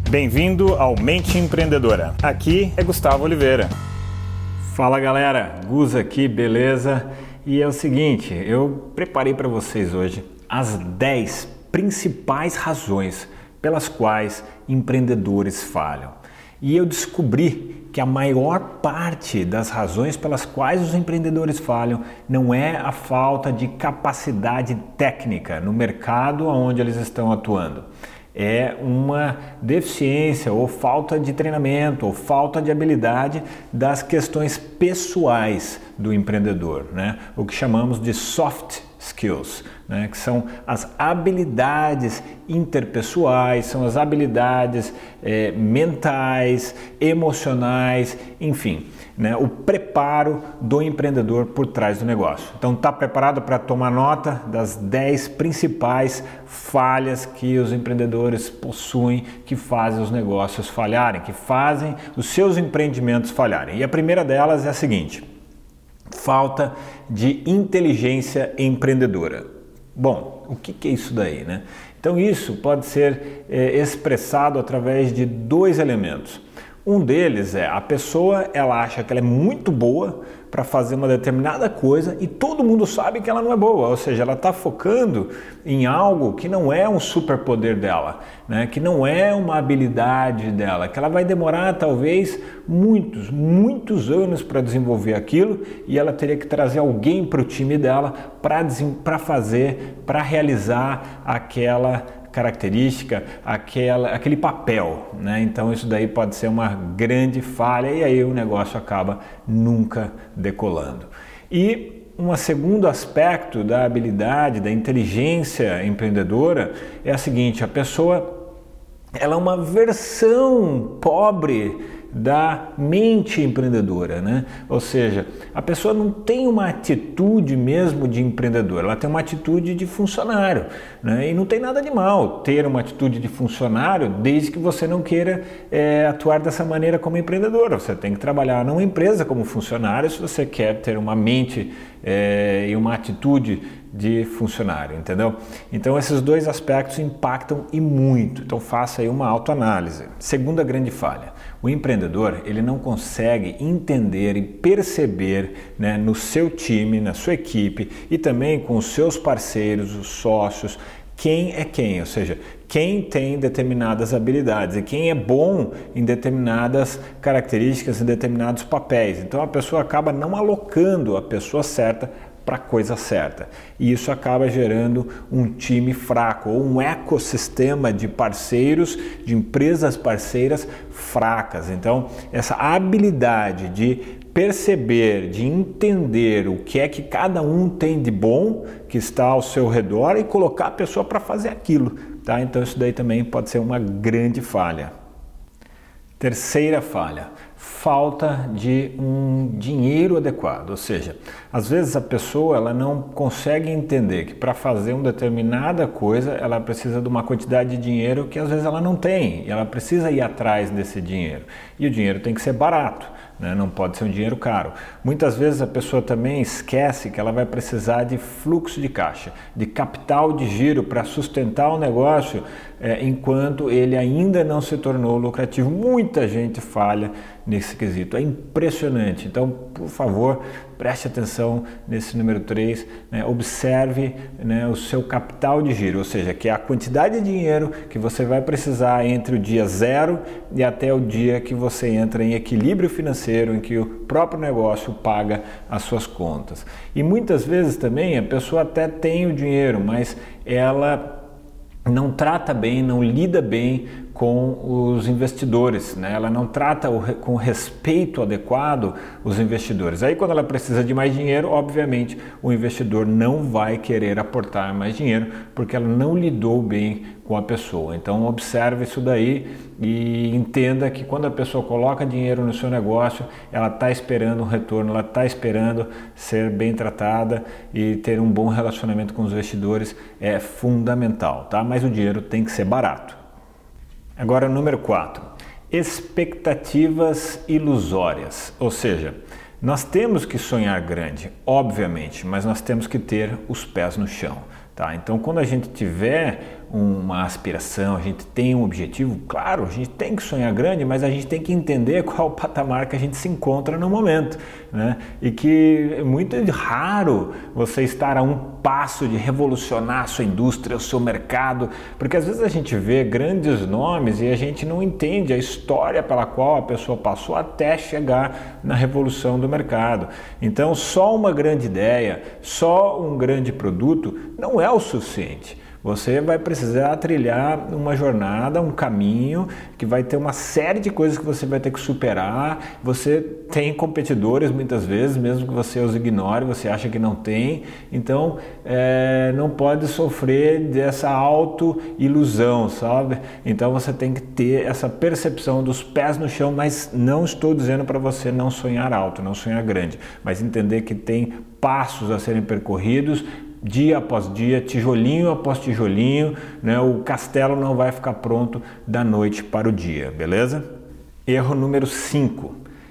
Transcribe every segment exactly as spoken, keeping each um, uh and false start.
Bem-vindo ao Mente Empreendedora. Aqui é Gustavo Oliveira. Fala galera, Gus aqui, beleza? E é o seguinte, eu preparei para vocês hoje as dez principais razões pelas quais empreendedores falham. E eu descobri que a maior parte das razões pelas quais os empreendedores falham não é a falta de capacidade técnica no mercado onde eles estão atuando. É uma deficiência ou falta de treinamento ou falta de habilidade das questões pessoais do empreendedor, né? O que chamamos de soft skills, né? Que são as habilidades interpessoais, são as habilidades é, mentais, emocionais, enfim, né? O preparo do empreendedor por trás do negócio. Então, está preparado para tomar nota das dez principais falhas que os empreendedores possuem, que fazem os negócios falharem, que fazem os seus empreendimentos falharem. E a primeira delas é a seguinte: falta de inteligência empreendedora. Bom, o que é isso daí, né? Então isso pode ser é, expressado através de dois elementos. Um deles é a pessoa, ela acha que ela é muito boa para fazer uma determinada coisa e todo mundo sabe que ela não é boa, ou seja, ela está focando em algo que não é um superpoder dela, né? Que não é uma habilidade dela, que ela vai demorar talvez muitos, muitos anos para desenvolver aquilo e ela teria que trazer alguém para o time dela para fazer, para realizar aquela característica, aquela, aquele papel, né? Então isso daí pode ser uma grande falha e aí o negócio acaba nunca decolando. E um segundo aspecto da habilidade, da inteligência empreendedora é a seguinte: a pessoa ela é uma versão pobre da mente empreendedora, né? Ou seja, a pessoa não tem uma atitude mesmo de empreendedor, ela tem uma atitude de funcionário, né? E não tem nada de mal ter uma atitude de funcionário desde que você não queira é, atuar dessa maneira como empreendedor. Você tem que trabalhar numa empresa como funcionário se você quer ter uma mente é, e uma atitude de funcionário, entendeu? Então esses dois aspectos impactam e muito, então faça aí uma autoanálise. Segunda grande falha: o empreendedor ele não consegue entender e perceber, né, no seu time, na sua equipe e também com os seus parceiros, os sócios, quem é quem, ou seja, quem tem determinadas habilidades e quem é bom em determinadas características, em determinados papéis. Então a pessoa acaba não alocando a pessoa certa para a coisa certa. E isso acaba gerando um time fraco ou um ecossistema de parceiros, de empresas parceiras fracas. Então, essa habilidade de perceber, de entender o que é que cada um tem de bom que está ao seu redor e colocar a pessoa para fazer aquilo, tá? Então, isso daí também pode ser uma grande falha. Terceira falha: falta de um dinheiro adequado, ou seja, às vezes a pessoa ela não consegue entender que para fazer uma determinada coisa ela precisa de uma quantidade de dinheiro que às vezes ela não tem e ela precisa ir atrás desse dinheiro e o dinheiro tem que ser barato, né? Não pode ser um dinheiro caro. Muitas vezes a pessoa também esquece que ela vai precisar de fluxo de caixa, de capital de giro para sustentar o negócio é, enquanto ele ainda não se tornou lucrativo. Muita gente falha nesse quesito, é impressionante. Então, por favor, preste atenção nesse número três, né? Observe, né, o seu capital de giro, ou seja, que é a quantidade de dinheiro que você vai precisar entre o dia zero e até o dia que você entra em equilíbrio financeiro, em que o próprio negócio paga as suas contas. E muitas vezes também a pessoa até tem o dinheiro, mas ela não trata bem, não lida bem com os investidores, né? Ela não trata o, com respeito adequado os investidores. Aí quando ela precisa de mais dinheiro, obviamente o investidor não vai querer aportar mais dinheiro porque ela não lidou bem com a pessoa. Então observe isso daí e entenda que quando a pessoa coloca dinheiro no seu negócio, ela está esperando um retorno, ela está esperando ser bem tratada e ter um bom relacionamento com os investidores é fundamental, tá? Mas o dinheiro tem que ser barato. Agora, número quatro, expectativas ilusórias, ou seja, nós temos que sonhar grande, obviamente, mas nós temos que ter os pés no chão. Tá? Então, quando a gente tiver uma aspiração, a gente tem um objetivo, claro, a gente tem que sonhar grande, mas a gente tem que entender qual o patamar que a gente se encontra no momento, né? E que é muito raro você estar a um passo de revolucionar a sua indústria, o seu mercado, porque às vezes a gente vê grandes nomes e a gente não entende a história pela qual a pessoa passou até chegar na revolução do mercado. Então, só uma grande ideia, só um grande produto não é o suficiente. Você vai precisar trilhar uma jornada, um caminho que vai ter uma série de coisas que você vai ter que superar. Você tem competidores muitas vezes, mesmo que você os ignore, você acha que não tem. Então, é, não pode sofrer dessa auto-ilusão, sabe? Então, você tem que ter essa percepção dos pés no chão, mas não estou dizendo para você não sonhar alto, não sonhar grande, mas entender que tem passos a serem percorridos, dia após dia, tijolinho após tijolinho, né? O castelo não vai ficar pronto da noite para o dia, beleza? Erro número cinco.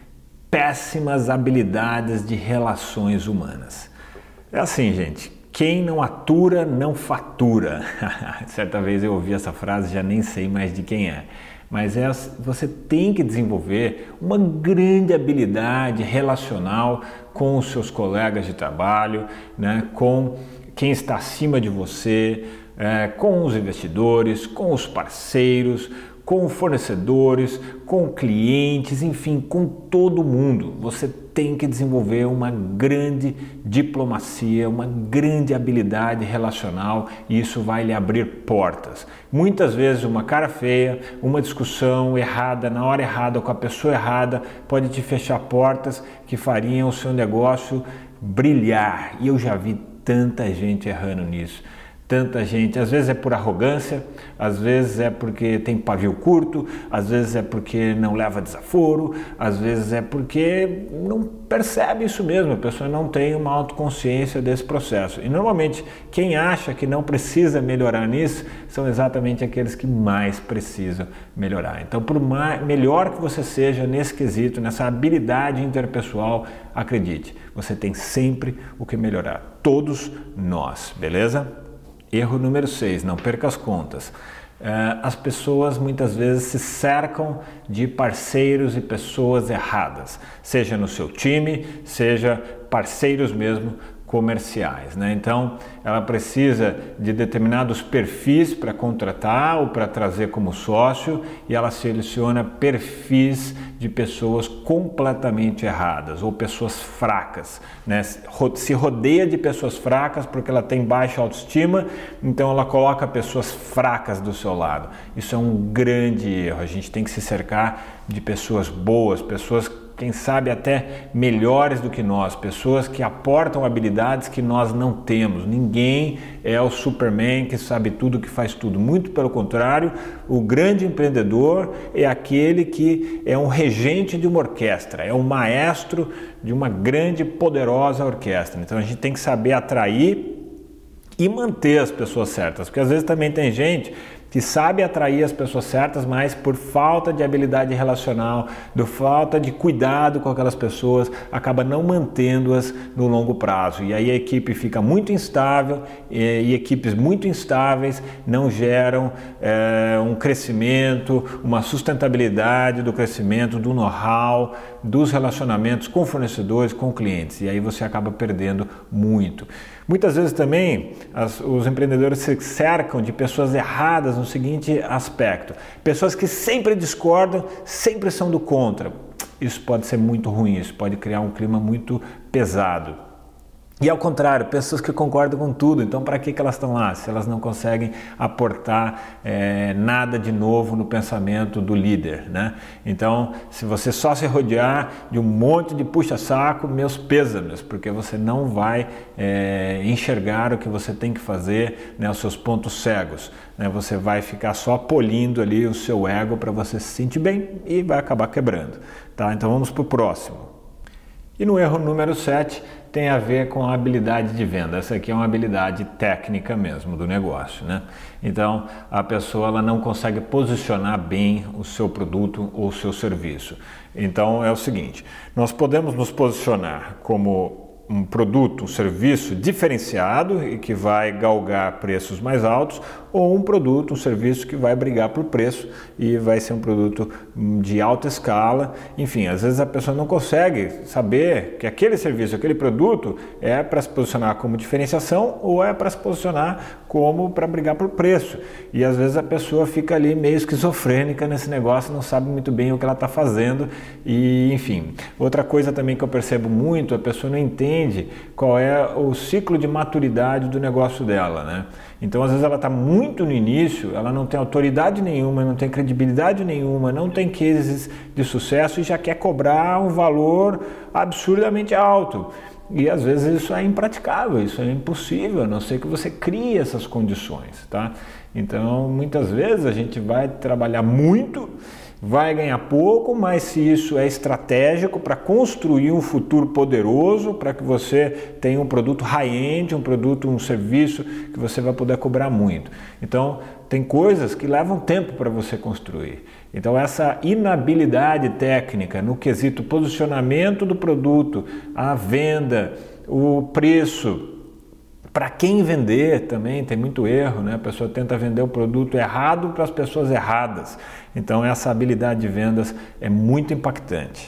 Péssimas habilidades de relações humanas. É assim, gente, quem não atura, não fatura. Certa vez eu ouvi essa frase, já nem sei mais de quem é. Mas é, você tem que desenvolver uma grande habilidade relacional com os seus colegas de trabalho, né? Com quem está acima de você, é, com os investidores, com os parceiros, com fornecedores, com clientes, enfim, com todo mundo. Você tem que desenvolver uma grande diplomacia, uma grande habilidade relacional e isso vai lhe abrir portas. Muitas vezes uma cara feia, uma discussão errada, na hora errada, com a pessoa errada, pode te fechar portas que fariam o seu negócio brilhar. E eu já vi tanta gente errando nisso. Tanta gente, às vezes é por arrogância, às vezes é porque tem pavio curto, às vezes é porque não leva desaforo, às vezes é porque não percebe isso mesmo, a pessoa não tem uma autoconsciência desse processo. E normalmente quem acha que não precisa melhorar nisso são exatamente aqueles que mais precisam melhorar. Então, por mais, melhor que você seja nesse quesito, nessa habilidade interpessoal, acredite, você tem sempre o que melhorar. Todos nós, beleza? Erro número seis, não perca as contas. As pessoas muitas vezes se cercam de parceiros e pessoas erradas, seja no seu time, seja parceiros mesmo comerciais, né? Então, ela precisa de determinados perfis para contratar ou para trazer como sócio e ela seleciona perfis de pessoas completamente erradas ou pessoas fracas, né? Se rodeia de pessoas fracas porque ela tem baixa autoestima, então ela coloca pessoas fracas do seu lado. Isso é um grande erro. A gente tem que se cercar de pessoas boas, pessoas quem sabe até melhores do que nós, pessoas que aportam habilidades que nós não temos. Ninguém é o Superman que sabe tudo, que faz tudo. Muito pelo contrário, o grande empreendedor é aquele que é um regente de uma orquestra, é um maestro de uma grande e poderosa orquestra. Então a gente tem que saber atrair e manter as pessoas certas, porque às vezes também tem gente que sabe atrair as pessoas certas, mas por falta de habilidade relacional, por falta de cuidado com aquelas pessoas, acaba não mantendo-as no longo prazo. E aí a equipe fica muito instável e, e equipes muito instáveis não geram é, um crescimento, uma sustentabilidade do crescimento, do know-how, dos relacionamentos com fornecedores, com clientes. E aí você acaba perdendo muito. Muitas vezes também as, os empreendedores se cercam de pessoas erradas no seguinte aspecto: pessoas que sempre discordam, sempre são do contra. Isso pode ser muito ruim, isso pode criar um clima muito pesado. E ao contrário, pessoas que concordam com tudo, então para que, que elas estão lá? Se elas não conseguem aportar é, nada de novo no pensamento do líder, né? Então, se você só se rodear de um monte de puxa-saco, meus pêsames, porque você não vai é, enxergar o que você tem que fazer, né, os seus pontos cegos, né? Você vai ficar só polindo ali o seu ego para você se sentir bem e vai acabar quebrando, tá? Então vamos para o próximo. E no erro número sete tem a ver com a habilidade de venda. Essa aqui é uma habilidade técnica mesmo do negócio, né? Então a pessoa ela não consegue posicionar bem o seu produto ou o seu serviço. Então é o seguinte, nós podemos nos posicionar como um produto, um serviço diferenciado e que vai galgar preços mais altos, ou um produto, um serviço que vai brigar por preço e vai ser um produto de alta escala. Enfim, às vezes a pessoa não consegue saber que aquele serviço, aquele produto é para se posicionar como diferenciação ou é para se posicionar como para brigar por preço. E às vezes a pessoa fica ali meio esquizofrênica nesse negócio, não sabe muito bem o que ela está fazendo e enfim. Outra coisa também que eu percebo muito, a pessoa não entende qual é o ciclo de maturidade do negócio dela, né? Então às vezes ela está muito no início, ela não tem autoridade nenhuma, não tem credibilidade nenhuma, não tem cases de sucesso e já quer cobrar um valor absurdamente alto. E às vezes isso é impraticável, isso é impossível, a não ser que você crie essas condições, tá? Então muitas vezes a gente vai trabalhar muito, vai ganhar pouco, mas se isso é estratégico para construir um futuro poderoso, para que você tenha um produto high-end, um produto, um serviço que você vai poder cobrar muito. Então tem coisas que levam tempo para você construir. Então essa inabilidade técnica no quesito posicionamento do produto, a venda, o preço, para quem vender também tem muito erro, né? A pessoa tenta vender o produto errado para as pessoas erradas. Então essa habilidade de vendas é muito impactante.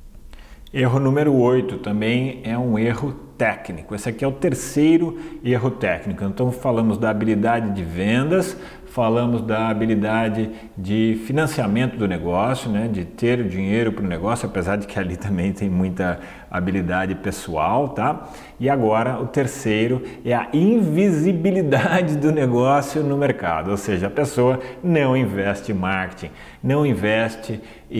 Erro número oito também é um erro técnico. Esse aqui é o terceiro erro técnico. Então falamos da habilidade de vendas, falamos da habilidade de financiamento do negócio, né, de ter o dinheiro para o negócio, apesar de que ali também tem muita habilidade pessoal, tá? E agora o terceiro é a invisibilidade do negócio no mercado, ou seja, a pessoa não investe em marketing, não investe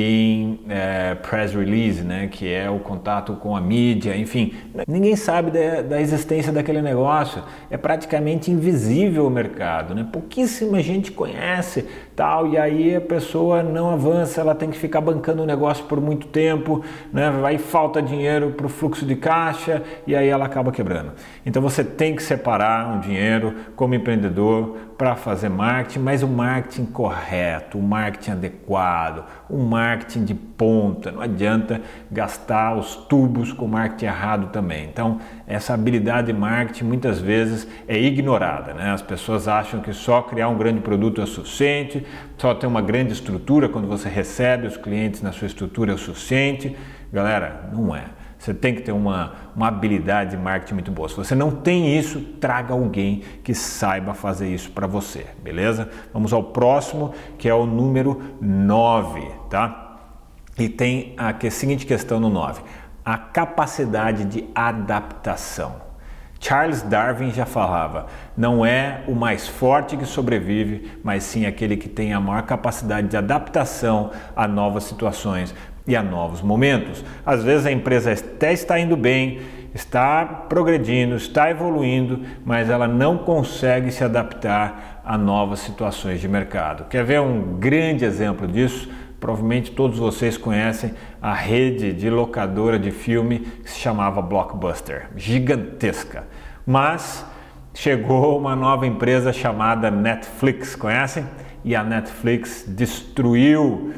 em é, press release, né, que é o contato com a mídia, enfim, ninguém sabe da, da existência daquele negócio, é praticamente invisível o mercado, né? Pouquíssima gente conhece, tal, e aí a pessoa não avança, ela tem que ficar bancando o negócio por muito tempo, né? Vai falta dinheiro para o fluxo de caixa e aí ela acaba quebrando. Então você tem que separar um dinheiro como empreendedor para fazer marketing, mas o marketing correto, o marketing adequado, o marketing de ponta. Não adianta gastar os tubos com marketing errado também. Então essa habilidade de marketing muitas vezes é ignorada, né? As pessoas acham que só criar um grande produto é suficiente, só ter uma grande estrutura quando você recebe os clientes na sua estrutura é o suficiente. Galera, não é. Você tem que ter uma, uma habilidade de marketing muito boa. Se você não tem isso, traga alguém que saiba fazer isso para você, beleza? Vamos ao próximo, que é o número nove, tá? E tem a que, a seguinte questão no nove, a capacidade de adaptação. Charles Darwin já falava, não é o mais forte que sobrevive, mas sim aquele que tem a maior capacidade de adaptação a novas situações e a novos momentos. Às vezes a empresa até está indo bem, está progredindo, está evoluindo, mas ela não consegue se adaptar a novas situações de mercado. Quer ver um grande exemplo disso? Provavelmente todos vocês conhecem a rede de locadora de filme que se chamava Blockbuster, gigantesca. Mas chegou uma nova empresa chamada Netflix, conhecem? E a Netflix destruiu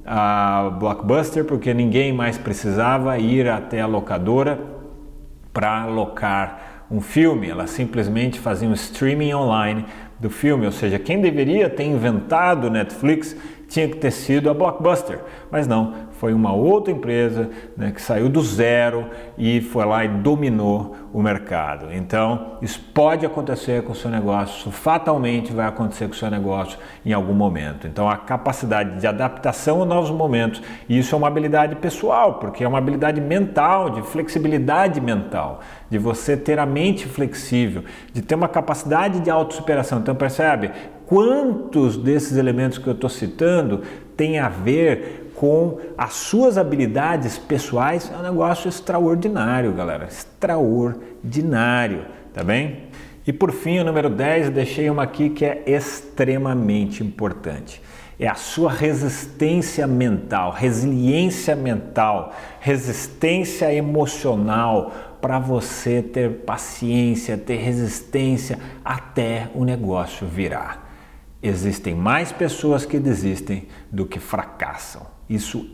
a Blockbuster porque ninguém mais precisava ir até a locadora para alocar um filme. Ela simplesmente fazia um streaming online do filme, ou seja, quem deveria ter inventado Netflix tinha que ter sido a Blockbuster, mas não, foi uma outra empresa, né, que saiu do zero e foi lá e dominou o mercado. Então isso pode acontecer com o seu negócio, fatalmente vai acontecer com o seu negócio em algum momento. Então a capacidade de adaptação a novos momentos, e isso é uma habilidade pessoal, porque é uma habilidade mental, de flexibilidade mental, de você ter a mente flexível, de ter uma capacidade de autossuperação. Então percebe quantos desses elementos que eu estou citando tem a ver com as suas habilidades pessoais? É um negócio extraordinário, galera, extraordinário, tá bem? E por fim, o número dez, deixei uma aqui que é extremamente importante. É a sua resistência mental, resiliência mental, resistência emocional para você ter paciência, ter resistência até o negócio virar. Existem mais pessoas que desistem do que fracassam. Isso é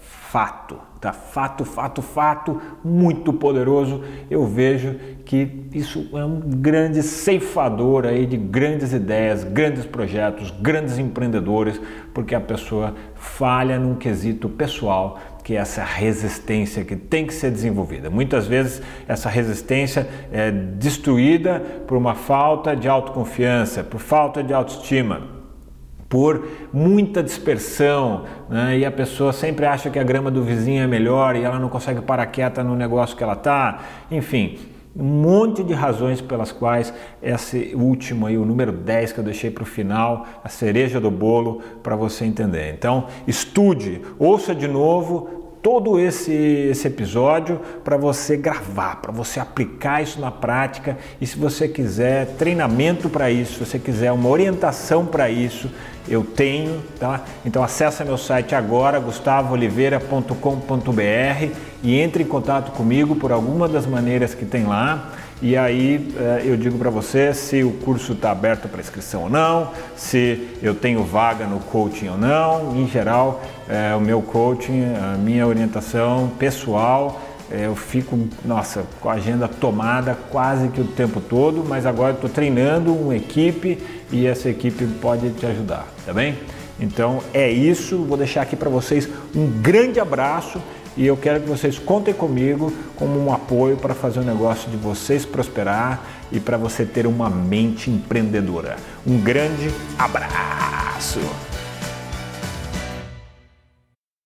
fato, tá? Fato, fato, fato, muito poderoso. Eu vejo que isso é um grande ceifador aí de grandes ideias, grandes projetos, grandes empreendedores, porque a pessoa falha num quesito pessoal, que é essa resistência que tem que ser desenvolvida. Muitas vezes essa resistência é destruída por uma falta de autoconfiança, por falta de autoestima, por muita dispersão, né? E a pessoa sempre acha que a grama do vizinho é melhor e ela não consegue parar quieta no negócio que ela está. Enfim, um monte de razões pelas quais esse último aí, o número dez que eu deixei para o final, a cereja do bolo, para você entender. Então, estude, ouça de novo todo esse, esse episódio para você gravar, para você aplicar isso na prática. E se você quiser treinamento para isso, se você quiser uma orientação para isso, eu tenho, tá? Então acessa meu site agora, gustavo oliveira ponto com ponto b r, e entre em contato comigo por alguma das maneiras que tem lá. E aí eu digo para você se o curso está aberto para inscrição ou não, se eu tenho vaga no coaching ou não. Em geral, é, o meu coaching, a minha orientação pessoal, é, eu fico, nossa, com a agenda tomada quase que o tempo todo, mas agora estou treinando uma equipe e essa equipe pode te ajudar, tá bem? Então é isso, vou deixar aqui para vocês um grande abraço. E eu quero que vocês contem comigo como um apoio para fazer o negócio de vocês prosperar e para você ter uma mente empreendedora. Um grande abraço!